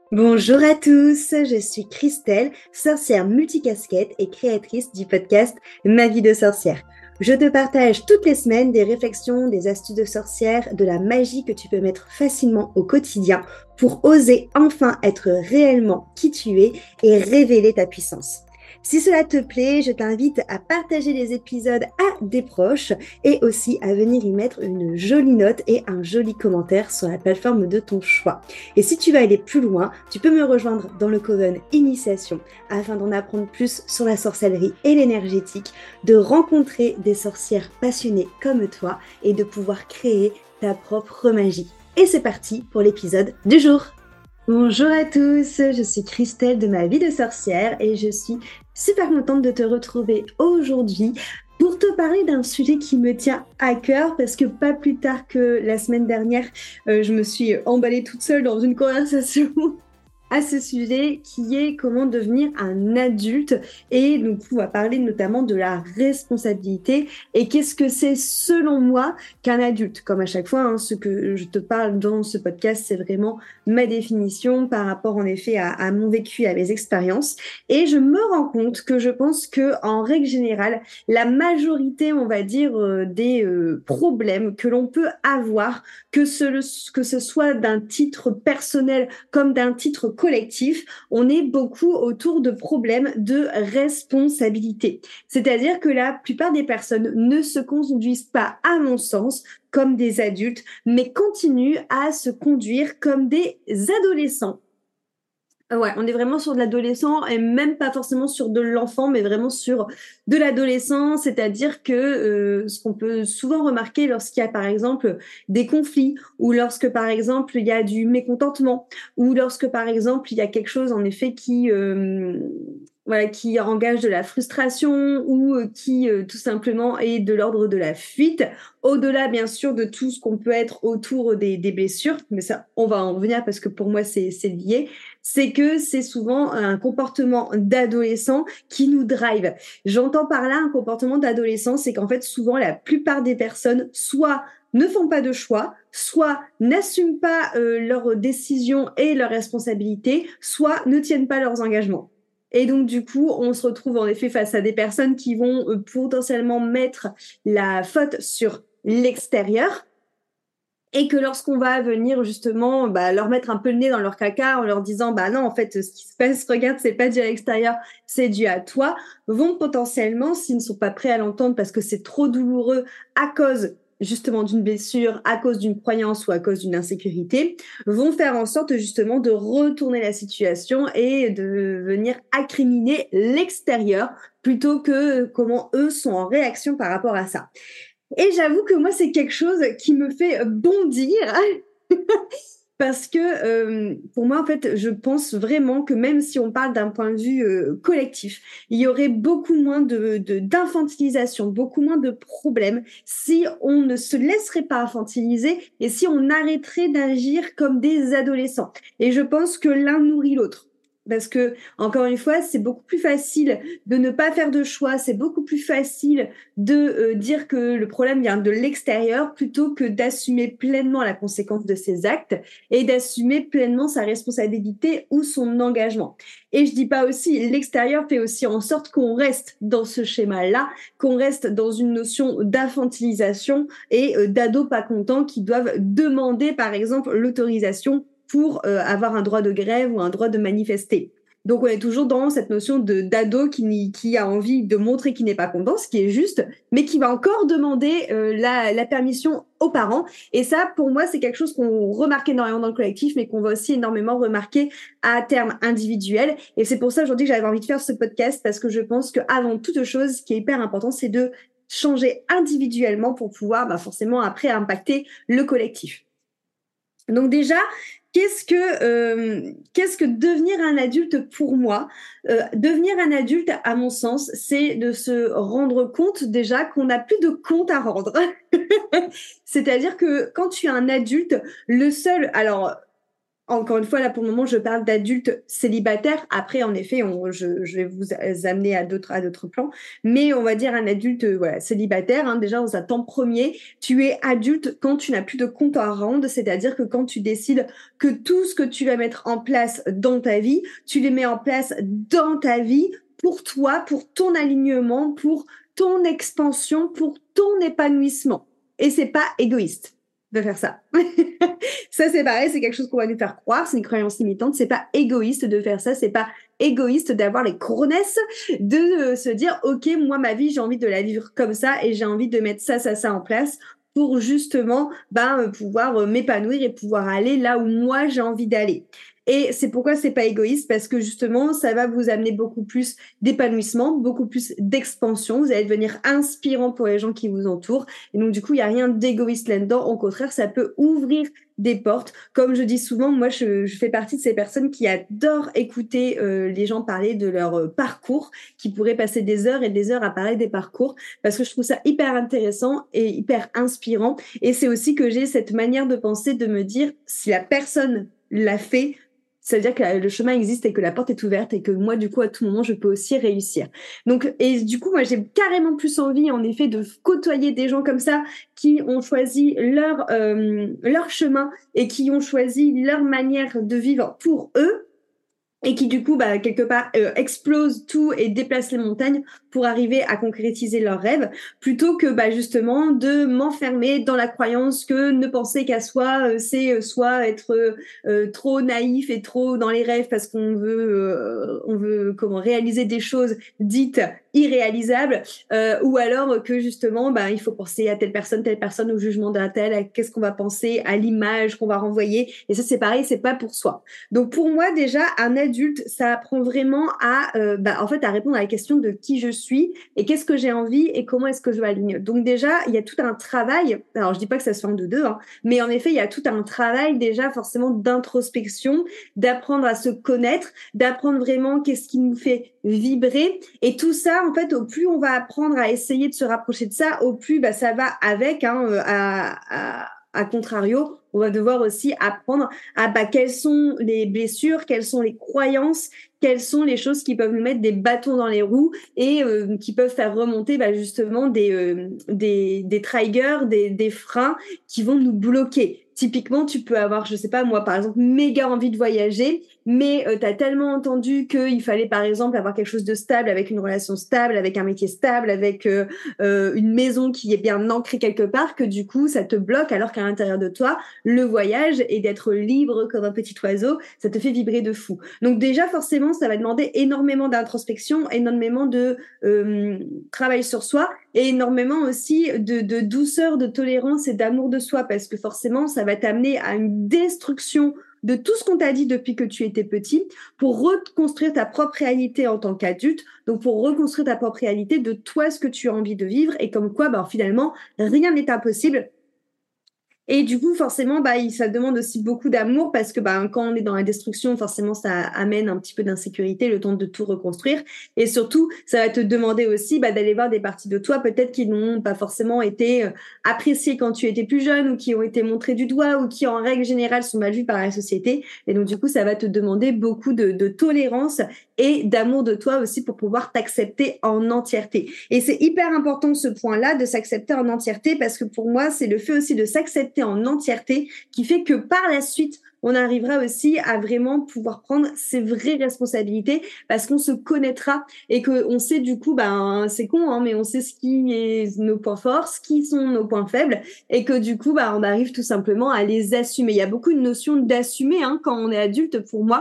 Bonjour à tous, je suis Christelle, sorcière multicasquette et créatrice du podcast Ma vie de sorcière. Je te partage toutes les semaines des réflexions, des astuces de sorcière, de la magie que tu peux mettre facilement au quotidien pour oser enfin être réellement qui tu es et révéler ta puissance. Si cela te plaît, je t'invite à partager les épisodes à des proches et aussi à venir y mettre une jolie note et un joli commentaire sur la plateforme de ton choix. Et si tu veux aller plus loin, tu peux me rejoindre dans le Coven Initiation afin d'en apprendre plus sur la sorcellerie et l'énergétique, de rencontrer des sorcières passionnées comme toi et de pouvoir créer ta propre magie. Et c'est parti pour l'épisode du jour. Bonjour à tous, je suis Christelle de Ma vie de sorcière et je suis super contente de te retrouver aujourd'hui pour te parler d'un sujet qui me tient à cœur parce que pas plus tard que la semaine dernière, je me suis emballée toute seule dans une conversation à ce sujet qui est comment devenir un adulte et donc on va parler notamment de la responsabilité et qu'est-ce que c'est selon moi qu'un adulte. Comme à chaque fois, ce que je te parle dans ce podcast, c'est vraiment ma définition par rapport en effet à mon vécu, à mes expériences. Et je me rends compte que je pense que en règle générale, la majorité, on va dire, des problèmes que l'on peut avoir, que ce soit d'un titre personnel comme d'un titre collectif, on est beaucoup autour de problèmes de responsabilité. C'est-à-dire que la plupart des personnes ne se conduisent pas, à mon sens, comme des adultes, mais continuent à se conduire comme des adolescents. Ouais, on est vraiment sur de l'adolescent et même pas forcément sur de l'enfant, mais vraiment sur de l'adolescent, c'est-à-dire que ce qu'on peut souvent remarquer lorsqu'il y a par exemple des conflits ou lorsque par exemple il y a du mécontentement ou lorsque par exemple il y a quelque chose en effet qui voilà, qui engage de la frustration ou qui tout simplement est de l'ordre de la fuite, au-delà bien sûr de tout ce qu'on peut être autour des blessures, mais ça on va en revenir parce que pour moi c'est lié, c'est que c'est souvent un comportement d'adolescent qui nous drive. J'entends par là un comportement d'adolescent, c'est qu'en fait souvent la plupart des personnes soit ne font pas de choix, soit n'assument pas leurs décisions et leurs responsabilités, soit ne tiennent pas leurs engagements. Et donc, du coup, on se retrouve en effet face à des personnes qui vont potentiellement mettre la faute sur l'extérieur, et que lorsqu'on va venir justement leur mettre un peu le nez dans leur caca en leur disant bah non en fait ce qui se passe regarde c'est pas dû à l'extérieur c'est dû à toi, vont potentiellement s'ils ne sont pas prêts à l'entendre parce que c'est trop douloureux à cause justement d'une blessure, à cause d'une croyance ou à cause d'une insécurité, vont faire en sorte justement de retourner la situation et de venir accriminer l'extérieur plutôt que comment eux sont en réaction par rapport à ça. Et j'avoue que moi, c'est quelque chose qui me fait bondir parce que pour moi, en fait, je pense vraiment que même si on parle d'un point de vue collectif, il y aurait beaucoup moins d'infantilisation, beaucoup moins de problèmes si on ne se laisserait pas infantiliser et si on arrêterait d'agir comme des adolescents. Et je pense que l'un nourrit l'autre. Parce que, encore une fois, c'est beaucoup plus facile de ne pas faire de choix, c'est beaucoup plus facile de dire que le problème vient de l'extérieur plutôt que d'assumer pleinement la conséquence de ses actes et d'assumer pleinement sa responsabilité ou son engagement. Et je dis pas aussi, l'extérieur fait aussi en sorte qu'on reste dans ce schéma-là, qu'on reste dans une notion d'infantilisation et d'ados pas contents qui doivent demander, par exemple, l'autorisation pour avoir un droit de grève ou un droit de manifester. Donc on est toujours dans cette notion de d'ado qui a envie de montrer qu'il n'est pas content, ce qui est juste, mais qui va encore demander la permission aux parents. Et ça, pour moi, c'est quelque chose qu'on remarque énormément dans le collectif, mais qu'on va aussi énormément remarquer à terme individuel. Et c'est pour ça aujourd'hui que j'avais envie de faire ce podcast, parce que je pense qu'avant toute chose, ce qui est hyper important, c'est de changer individuellement pour pouvoir forcément après impacter le collectif. Donc déjà, qu'est-ce que devenir un adulte pour moi? Devenir un adulte, à mon sens, c'est de se rendre compte déjà qu'on n'a plus de compte à rendre. C'est-à-dire que quand tu es un adulte, le seul, alors encore une fois, là, pour le moment, je parle d'adultes célibataires. Après, en effet, je vais vous amener à d'autres plans. Mais on va dire un adulte voilà, célibataire, hein, déjà, dans un temps premier, tu es adulte quand tu n'as plus de compte à rendre. C'est-à-dire que quand tu décides que tout ce que tu vas mettre en place dans ta vie, tu les mets en place dans ta vie pour toi, pour ton alignement, pour ton expansion, pour ton épanouissement. Et c'est pas égoïste de faire ça. Ça, c'est pareil, c'est quelque chose qu'on va nous faire croire, c'est une croyance limitante. C'est pas égoïste de faire ça, c'est pas égoïste d'avoir les couronnesses, de se dire, OK, moi, ma vie, j'ai envie de la vivre comme ça et j'ai envie de mettre ça en place pour justement pouvoir m'épanouir et pouvoir aller là où moi, j'ai envie d'aller. Et c'est pourquoi c'est pas égoïste, parce que justement, ça va vous amener beaucoup plus d'épanouissement, beaucoup plus d'expansion. Vous allez devenir inspirant pour les gens qui vous entourent. Et donc, du coup, il n'y a rien d'égoïste là-dedans. Au contraire, ça peut ouvrir des portes. Comme je dis souvent, moi, je fais partie de ces personnes qui adorent écouter les gens parler de leur parcours, qui pourraient passer des heures et des heures à parler des parcours, parce que je trouve ça hyper intéressant et hyper inspirant. Et c'est aussi que j'ai cette manière de penser, de me dire, si la personne l'a fait, ça veut dire que le chemin existe et que la porte est ouverte et que moi, du coup, à tout moment, je peux aussi réussir. Donc, et du coup, moi, j'ai carrément plus envie, en effet, de côtoyer des gens comme ça qui ont choisi leur chemin et qui ont choisi leur manière de vivre pour eux et qui du coup quelque part explosent tout et déplacent les montagnes pour arriver à concrétiser leurs rêves, plutôt que justement de m'enfermer dans la croyance que ne penser qu'à soi c'est soit être trop naïf et trop dans les rêves parce qu'on veut comment réaliser des choses dites irréalisables, ou alors que justement il faut penser à telle personne, au jugement d'un tel, à qu'est-ce qu'on va penser, à l'image qu'on va renvoyer, et ça c'est pareil, c'est pas pour soi. Donc pour moi déjà un adulte, ça apprend vraiment en fait à répondre à la question de qui je suis et qu'est-ce que j'ai envie et comment est-ce que je m'aligne. Donc déjà il y a tout un travail, alors je dis pas que ça se fait en deux, hein, mais en effet il y a tout un travail déjà forcément d'introspection, d'apprendre à se connaître, d'apprendre vraiment qu'est-ce qui nous fait vibrer, et tout ça en fait au plus on va apprendre à essayer de se rapprocher de ça, au plus ça va avec à contrario, on va devoir aussi apprendre à quelles sont les blessures, quelles sont les croyances, quelles sont les choses qui peuvent nous mettre des bâtons dans les roues et qui peuvent faire remonter justement des triggers, des freins qui vont nous bloquer. Typiquement, tu peux avoir, je sais pas moi, par exemple, méga envie de voyager, mais tu as tellement entendu qu'il fallait, par exemple, avoir quelque chose de stable, avec une relation stable, avec un métier stable, avec une maison qui est bien ancrée quelque part, que du coup, ça te bloque, alors qu'à l'intérieur de toi, le voyage et d'être libre comme un petit oiseau, ça te fait vibrer de fou. Donc déjà, forcément, ça va demander énormément d'introspection, énormément de travail sur soi, et énormément aussi de douceur, de tolérance et d'amour de soi, parce que forcément, ça va t'amener à une destruction de tout ce qu'on t'a dit depuis que tu étais petit, pour reconstruire ta propre réalité en tant qu'adulte, donc pour reconstruire ta propre réalité de toi, ce que tu as envie de vivre, et comme quoi, finalement, rien n'est impossible. Et du coup, forcément, ça demande aussi beaucoup d'amour, parce que quand on est dans la destruction, forcément, ça amène un petit peu d'insécurité, le temps de tout reconstruire. Et surtout, ça va te demander aussi d'aller voir des parties de toi, peut-être qui n'ont pas forcément été appréciées quand tu étais plus jeune, ou qui ont été montrées du doigt, ou qui, en règle générale, sont mal vues par la société. Et donc, du coup, ça va te demander beaucoup de tolérance et d'amour de toi aussi pour pouvoir t'accepter en entièreté. Et c'est hyper important ce point-là, de s'accepter en entièreté, parce que pour moi, c'est le fait aussi de s'accepter en entièreté qui fait que par la suite, on arrivera aussi à vraiment pouvoir prendre ses vraies responsabilités, parce qu'on se connaîtra et qu'on sait du coup, c'est con, hein, mais on sait ce qui est nos points forts, ce qui sont nos points faibles, et que du coup, on arrive tout simplement à les assumer. Il y a beaucoup de notions d'assumer quand on est adulte pour moi,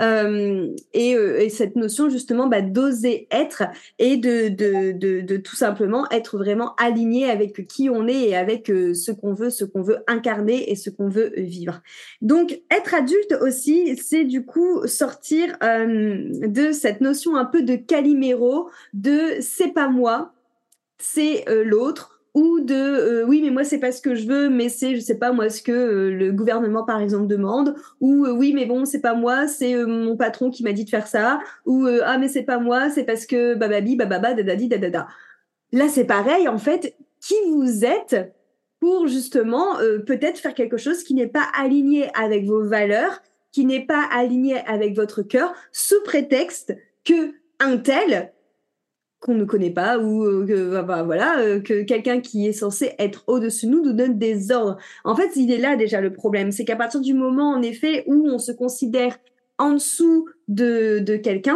et cette notion justement d'oser être et de tout simplement être vraiment aligné avec qui on est et avec ce qu'on veut incarner et ce qu'on veut vivre. Donc, être adulte aussi, c'est du coup sortir de cette notion un peu de Calimero, de c'est pas moi, c'est l'autre, ou de oui mais moi c'est pas ce que je veux, mais c'est je sais pas moi ce que le gouvernement par exemple demande, ou oui mais bon c'est pas moi, c'est mon patron qui m'a dit de faire ça, ou ah mais c'est pas moi, c'est parce que bababi bababa dadadi dadada. Là c'est pareil en fait, qui vous êtes pour justement peut-être faire quelque chose qui n'est pas aligné avec vos valeurs, qui n'est pas aligné avec votre cœur sous prétexte que un tel qu'on ne connaît pas ou que quelqu'un qui est censé être au-dessus de nous donne des ordres. En fait, il est là déjà le problème. C'est qu'à partir du moment, en effet, où on se considère en dessous de quelqu'un,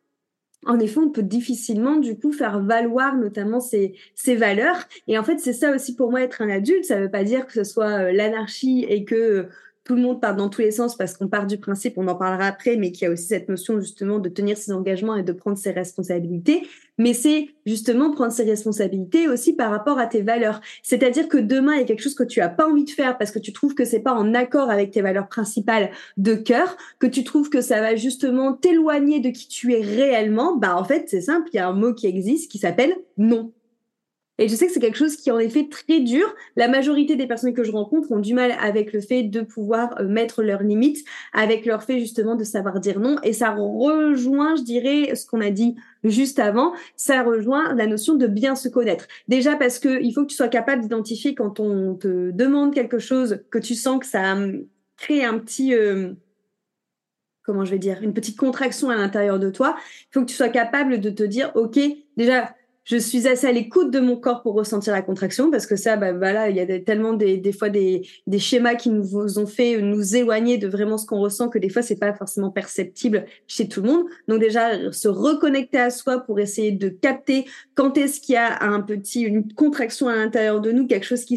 en effet, on peut difficilement, du coup, faire valoir notamment ses valeurs. Et en fait, c'est ça aussi pour moi être un adulte. Ça veut pas dire que ce soit l'anarchie et que tout le monde part dans tous les sens parce qu'on part du principe, on en parlera après, mais qu'il y a aussi cette notion justement de tenir ses engagements et de prendre ses responsabilités. Mais c'est justement prendre ses responsabilités aussi par rapport à tes valeurs. C'est-à-dire que demain, il y a quelque chose que tu as pas envie de faire parce que tu trouves que c'est pas en accord avec tes valeurs principales de cœur, que tu trouves que ça va justement t'éloigner de qui tu es réellement. Bah, en fait, c'est simple. Il y a un mot qui existe qui s'appelle non. Et je sais que c'est quelque chose qui est en effet très dur. La majorité des personnes que je rencontre ont du mal avec le fait de pouvoir mettre leurs limites, avec leur fait justement de savoir dire non. Et ça rejoint, je dirais, ce qu'on a dit juste avant, ça rejoint la notion de bien se connaître. Déjà parce que il faut que tu sois capable d'identifier quand on te demande quelque chose, que tu sens que ça crée un petit... comment je vais dire, une petite contraction à l'intérieur de toi. Il faut que tu sois capable de te dire, OK, déjà, je suis assez à l'écoute de mon corps pour ressentir la contraction parce que ça, bah, voilà, il y a tellement des fois des schémas qui nous ont fait nous éloigner de vraiment ce qu'on ressent que des fois, c'est pas forcément perceptible chez tout le monde. Donc déjà, se reconnecter à soi pour essayer de capter quand est-ce qu'il y a une contraction à l'intérieur de nous, quelque chose qui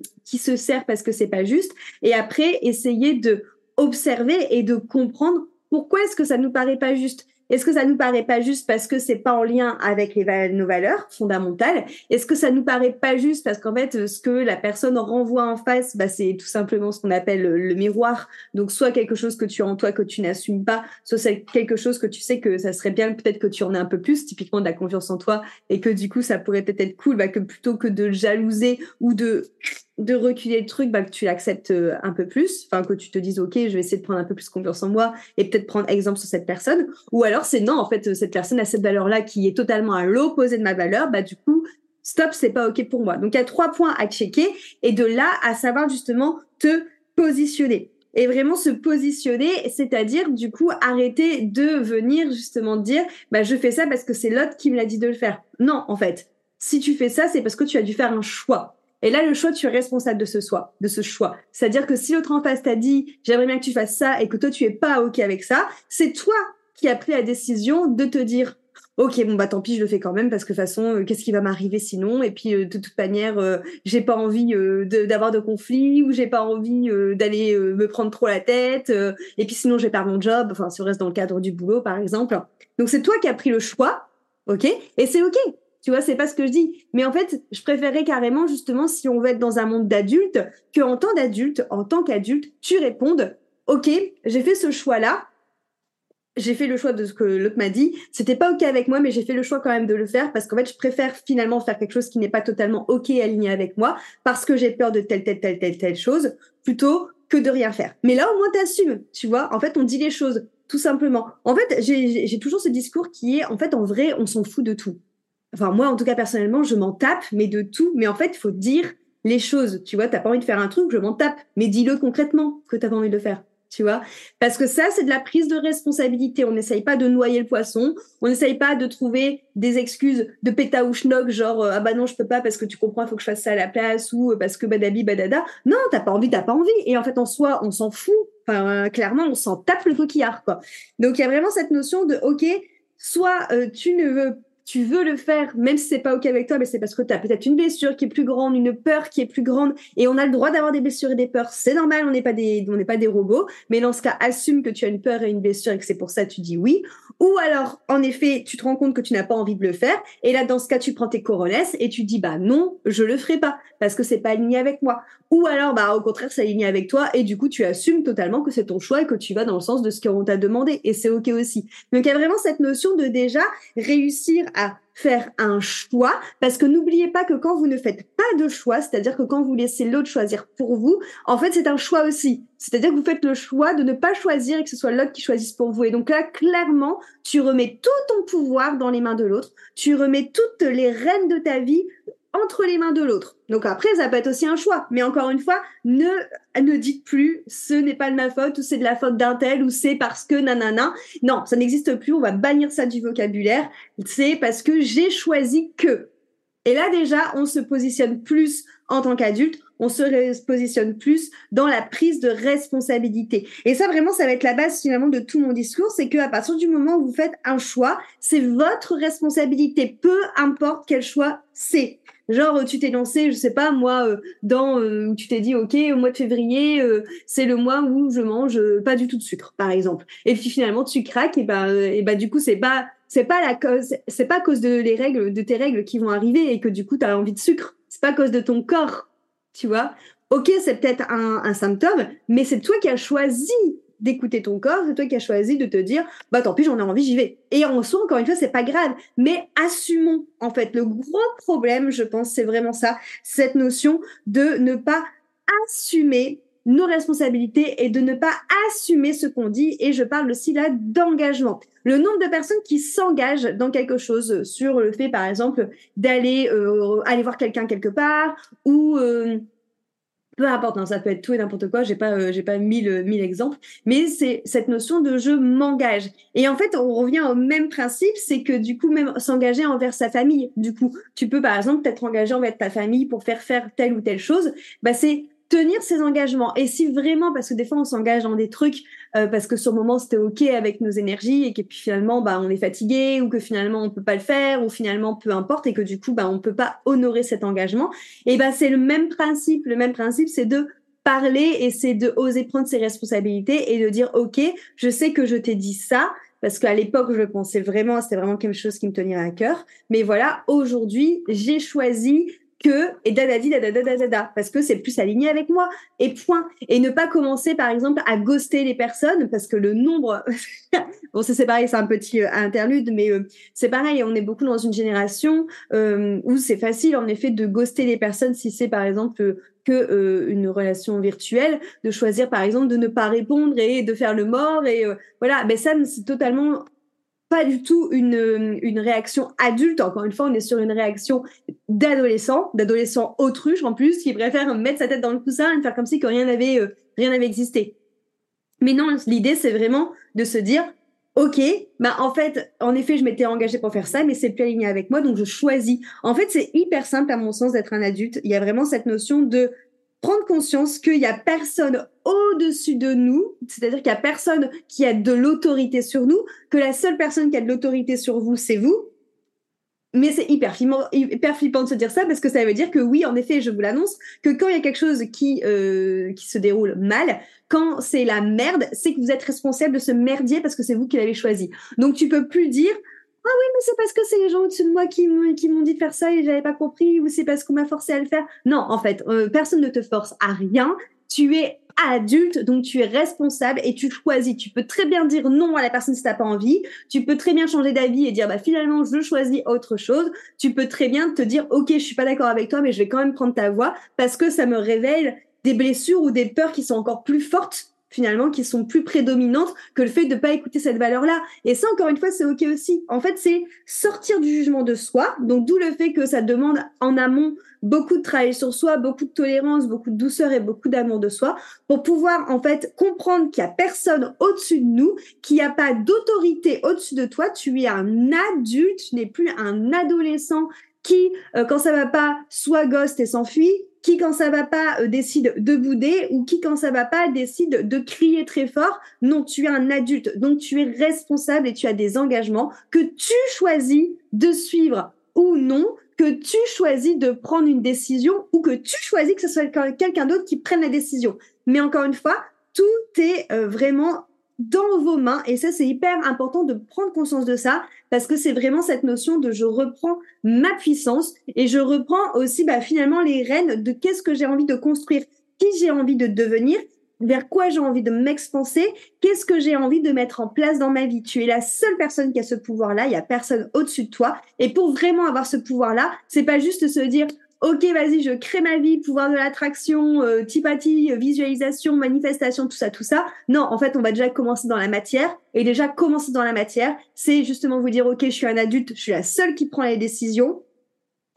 se serre parce que c'est pas juste. Et après, essayer de observer et de comprendre pourquoi est-ce que ça nous paraît pas juste. Est-ce que ça nous paraît pas juste parce que c'est pas en lien avec nos valeurs fondamentales? Est-ce que ça nous paraît pas juste parce qu'en fait, ce que la personne renvoie en face, bah, c'est tout simplement ce qu'on appelle le miroir. Donc, soit quelque chose que tu as en toi que tu n'assumes pas, soit c'est quelque chose que tu sais que ça serait bien peut-être que tu en aies un peu plus, typiquement de la confiance en toi, et que du coup, ça pourrait peut-être être cool, bah, que plutôt que de jalouser ou de reculer le truc, bah, que tu l'acceptes un peu plus, enfin que tu te dises ok, je vais essayer de prendre un peu plus confiance en moi et peut-être prendre exemple sur cette personne, ou alors c'est non, en fait cette personne a cette valeur-là qui est totalement à l'opposé de ma valeur, bah du coup stop, c'est pas ok pour moi. Donc il y a 3 points à checker et de là à savoir justement te positionner. Et vraiment se positionner, c'est-à-dire du coup arrêter de venir justement dire bah je fais ça parce que c'est l'autre qui me l'a dit de le faire. Non, en fait, si tu fais ça, c'est parce que tu as dû faire un choix. Et là, le choix, tu es responsable de ce choix. C'est-à-dire que si l'autre en face t'a dit, j'aimerais bien que tu fasses ça et que toi, tu es pas OK avec ça, c'est toi qui as pris la décision de te dire, OK, bon, bah, tant pis, je le fais quand même parce que de toute façon, qu'est-ce qui va m'arriver sinon? Et puis, de toute manière, j'ai pas envie d'avoir de conflit ou j'ai pas envie d'aller me prendre trop la tête. Et puis, sinon, je vais perdre mon job. Enfin, si on reste dans le cadre du boulot, par exemple. Donc, c'est toi qui as pris le choix. OK? Et c'est OK. Tu vois, c'est pas ce que je dis. Mais en fait, je préférerais carrément, justement, si on veut être dans un monde d'adultes, qu'en tant qu'adulte, tu répondes, OK, j'ai fait ce choix-là. J'ai fait le choix de ce que l'autre m'a dit. C'était pas OK avec moi, mais j'ai fait le choix quand même de le faire parce qu'en fait, je préfère finalement faire quelque chose qui n'est pas totalement OK aligné avec moi parce que j'ai peur de telle chose plutôt que de rien faire. Mais là, au moins, t'assumes, tu vois. En fait, on dit les choses, tout simplement. En fait, j'ai toujours ce discours qui est, en fait, en vrai, on s'en fout de tout. Enfin, moi, en tout cas, personnellement, je m'en tape, mais de tout. Mais en fait, il faut dire les choses. Tu vois, t'as pas envie de faire un truc, je m'en tape. Mais dis-le concrètement que t'as pas envie de le faire. Tu vois, parce que ça, c'est de la prise de responsabilité. On n'essaye pas de noyer le poisson. On n'essaye pas de trouver des excuses de péta ou schnock, genre ah bah non, je peux pas parce que tu comprends, il faut que je fasse ça à la place ou parce que badabi badada. Non, t'as pas envie, t'as pas envie. Et en fait, en soi, on s'en fout. Enfin, clairement, on s'en tape le coquillard, quoi. Donc, il y a vraiment cette notion de ok, soit tu veux le faire, même si c'est pas OK avec toi, mais c'est parce que tu as peut-être une blessure qui est plus grande, une peur qui est plus grande, et on a le droit d'avoir des blessures et des peurs. C'est normal, on n'est pas des robots, mais dans ce cas, assume que tu as une peur et une blessure et que c'est pour ça que tu dis oui. Ou alors, en effet, tu te rends compte que tu n'as pas envie de le faire, et là, dans ce cas, tu prends tes coronesses et tu dis, bah non, je le ferai pas, parce que c'est pas aligné avec moi. Ou alors, bah au contraire, c'est aligné avec toi, et du coup, tu assumes totalement que c'est ton choix et que tu vas dans le sens de ce qu'on t'a demandé, et c'est OK aussi. Donc, il y a vraiment cette notion de déjà réussir à faire un choix, parce que n'oubliez pas que quand vous ne faites pas de choix, c'est-à-dire que quand vous laissez l'autre choisir pour vous, en fait, c'est un choix aussi. C'est-à-dire que vous faites le choix de ne pas choisir et que ce soit l'autre qui choisisse pour vous. Et donc là, clairement, tu remets tout ton pouvoir dans les mains de l'autre, tu remets toutes les rênes de ta vie entre les mains de l'autre. Donc après, ça peut être aussi un choix. Mais encore une fois, ne dites plus ce n'est pas de ma faute ou c'est de la faute d'un tel ou c'est parce que nanana. Non, ça n'existe plus. On va bannir ça du vocabulaire. C'est parce que j'ai choisi que. Et là, déjà, on se positionne plus en tant qu'adulte, on se positionne plus dans la prise de responsabilité. Et ça, vraiment, ça va être la base finalement de tout mon discours, c'est qu'à partir du moment où vous faites un choix, c'est votre responsabilité, peu importe quel choix c'est. Genre, tu t'es lancé, je sais pas, moi, où tu t'es dit, OK, au mois de février, c'est le mois où je mange pas du tout de sucre, par exemple. Et puis finalement, tu craques, et ben, du coup, c'est pas la cause, c'est pas à cause de tes règles qui vont arriver et que du coup, tu as envie de sucre. C'est pas à cause de ton corps, tu vois. OK, c'est peut-être un symptôme, mais c'est toi qui as choisi d'écouter ton corps, c'est toi qui as choisi de te dire, bah tant pis, j'en ai envie, j'y vais. Et en soi, encore une fois, c'est pas grave, mais assumons. En fait, le gros problème, je pense, c'est vraiment ça, cette notion de ne pas assumer nos responsabilités et de ne pas assumer ce qu'on dit. Et je parle aussi là d'engagement. Le nombre de personnes qui s'engagent dans quelque chose sur le fait, par exemple, d'aller aller voir quelqu'un quelque part ou peu importe, hein, ça peut être tout et n'importe quoi. J'ai pas mille exemples, mais c'est cette notion de je m'engage. Et en fait, on revient au même principe, c'est que du coup, même s'engager envers sa famille. Du coup, tu peux par exemple t'être engagé envers ta famille pour faire telle ou telle chose. Bah c'est tenir ses engagements. Et si vraiment, parce que des fois on s'engage dans des trucs parce que sur le moment c'était ok avec nos énergies et que puis finalement bah on est fatigué ou que finalement on peut pas le faire ou finalement peu importe et que du coup bah on peut pas honorer cet engagement. Et ben c'est le même principe. Le même principe, c'est de parler et c'est de oser prendre ses responsabilités et de dire ok, je sais que je t'ai dit ça parce qu'à l'époque je le pensais vraiment, c'était vraiment quelque chose qui me tenait à cœur. Mais voilà, aujourd'hui j'ai choisi que et dadadi dadada parce que c'est plus aligné avec moi et point. Et ne pas commencer par exemple à ghoster les personnes parce que le nombre bon c'est pareil, c'est un petit interlude mais c'est pareil, on est beaucoup dans une génération où c'est facile en effet de ghoster les personnes si c'est par exemple que une relation virtuelle, de choisir par exemple de ne pas répondre et de faire le mort et voilà, mais ça c'est totalement pas du tout une réaction adulte. Encore une fois, on est sur une réaction d'adolescent autruche en plus, qui préfère mettre sa tête dans le coussin et faire comme si que rien n'avait existé. Mais non, l'idée, c'est vraiment de se dire, OK, bah en fait, en effet, je m'étais engagée pour faire ça, mais c'est plus aligné avec moi, donc je choisis. En fait, c'est hyper simple à mon sens d'être un adulte. Il y a vraiment cette notion de prendre conscience qu'il y a personne au-dessus de nous, c'est-à-dire qu'il y a personne qui a de l'autorité sur nous, que la seule personne qui a de l'autorité sur vous, c'est vous. Mais c'est hyper flippant de se dire ça parce que ça veut dire que oui, en effet, je vous l'annonce, que quand il y a quelque chose qui se déroule mal, quand c'est la merde, c'est que vous êtes responsable de ce merdier parce que c'est vous qui l'avez choisi. Donc tu peux plus dire ah oui, mais c'est parce que c'est les gens au-dessus de moi qui m'ont dit de faire ça et j'avais pas compris ou c'est parce qu'on m'a forcé à le faire. Non, en fait, personne ne te force à rien. Tu es adulte, donc tu es responsable et tu choisis. Tu peux très bien dire non à la personne si t'as pas envie. Tu peux très bien changer d'avis et dire bah finalement je choisis autre chose. Tu peux très bien te dire ok je suis pas d'accord avec toi mais je vais quand même prendre ta voix parce que ça me révèle des blessures ou des peurs qui sont encore plus fortes finalement qui sont plus prédominantes que le fait de pas écouter cette valeur-là. Et ça encore une fois c'est ok aussi. En fait c'est sortir du jugement de soi. Donc d'où le fait que ça demande en amont beaucoup de travail sur soi, beaucoup de tolérance, beaucoup de douceur et beaucoup d'amour de soi pour pouvoir en fait comprendre qu'il y a personne au-dessus de nous, qu'il n'y a pas d'autorité au-dessus de toi. Tu es un adulte, tu n'es plus un adolescent qui, quand ça va pas, soit ghost et s'enfuit, qui, quand ça va pas, décide de bouder, ou qui, quand ça va pas, décide de crier très fort. Non, tu es un adulte, donc tu es responsable et tu as des engagements que tu choisis de suivre ou non, que tu choisis de prendre une décision ou que tu choisis que ce soit quelqu'un d'autre qui prenne la décision. Mais encore une fois, tout est vraiment dans vos mains et ça, c'est hyper important de prendre conscience de ça parce que c'est vraiment cette notion de je reprends ma puissance et je reprends aussi finalement les rênes de qu'est-ce que j'ai envie de construire, qui j'ai envie de devenir, vers quoi j'ai envie de m'expanser, qu'est-ce que j'ai envie de mettre en place dans ma vie. Tu es la seule personne qui a ce pouvoir-là, il y a personne au-dessus de toi. Et pour vraiment avoir ce pouvoir-là, c'est pas juste se dire ok, vas-y, je crée ma vie, pouvoir de l'attraction, tipati, visualisation, manifestation, tout ça. Non, en fait, on va déjà commencer dans la matière. Et déjà, commencer dans la matière, c'est justement vous dire, ok, je suis un adulte, je suis la seule qui prend les décisions.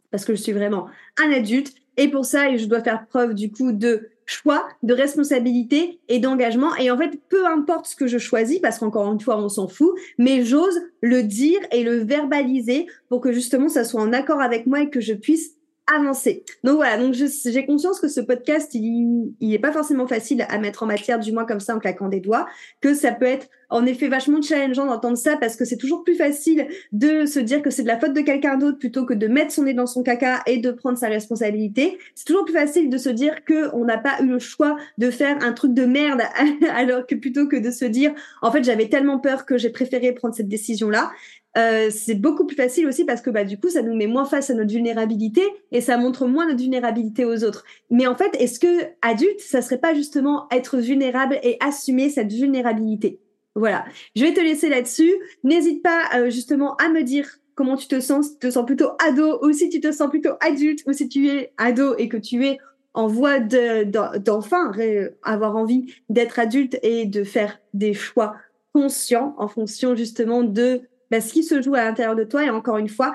parce que je suis vraiment un adulte et pour ça, je dois faire preuve du coup de choix, de responsabilité et d'engagement. Et en fait, peu importe ce que je choisis, parce qu'encore une fois, on s'en fout, mais j'ose le dire et le verbaliser pour que justement ça soit en accord avec moi et que je puisse avancer. Donc voilà, donc j'ai conscience que ce podcast, il est pas forcément facile à mettre en matière, du moins comme ça en claquant des doigts, que ça peut être en effet vachement challengeant d'entendre ça parce que c'est toujours plus facile de se dire que c'est de la faute de quelqu'un d'autre plutôt que de mettre son nez dans son caca et de prendre sa responsabilité. C'est toujours plus facile de se dire que on n'a pas eu le choix de faire un truc de merde alors que plutôt que de se dire en fait j'avais tellement peur que j'ai préféré prendre cette décision-là. C'est beaucoup plus facile aussi parce que du coup ça nous met moins face à notre vulnérabilité et ça montre moins notre vulnérabilité aux autres. Mais en fait, est-ce que adulte, ça serait pas justement être vulnérable et assumer cette vulnérabilité? Voilà, je vais te laisser là-dessus. N'hésite pas justement à me dire comment tu te sens, si tu te sens plutôt ado ou si tu te sens plutôt adulte ou si tu es ado et que tu es en voie d'enfin avoir envie d'être adulte et de faire des choix conscients en fonction justement de ce qui se joue à l'intérieur de toi. Et encore une fois,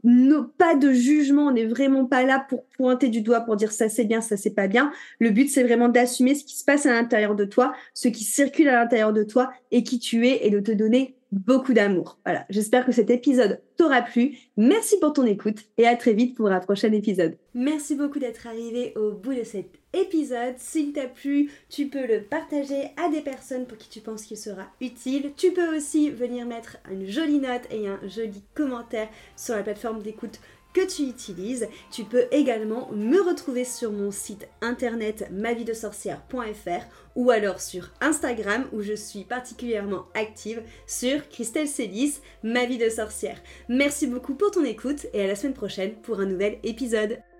pas de jugement, on n'est vraiment pas là pour pointer du doigt, pour dire ça c'est bien, ça c'est pas bien. Le but c'est vraiment d'assumer ce qui se passe à l'intérieur de toi, ce qui circule à l'intérieur de toi et qui tu es et de te donner beaucoup d'amour. Voilà, j'espère que cet épisode t'aura plu. Merci pour ton écoute et à très vite pour un prochain épisode. Merci beaucoup d'être arrivé au bout de cet épisode. S'il t'a plu, tu peux le partager à des personnes pour qui tu penses qu'il sera utile. Tu peux aussi venir mettre une jolie note et un joli commentaire sur la plateforme d'écoute que tu utilises. Tu peux également me retrouver sur mon site internet mavidesorcière.fr ou alors sur Instagram où je suis particulièrement active sur Christelle Célis, ma vie de sorcière. Merci beaucoup pour ton écoute et à la semaine prochaine pour un nouvel épisode.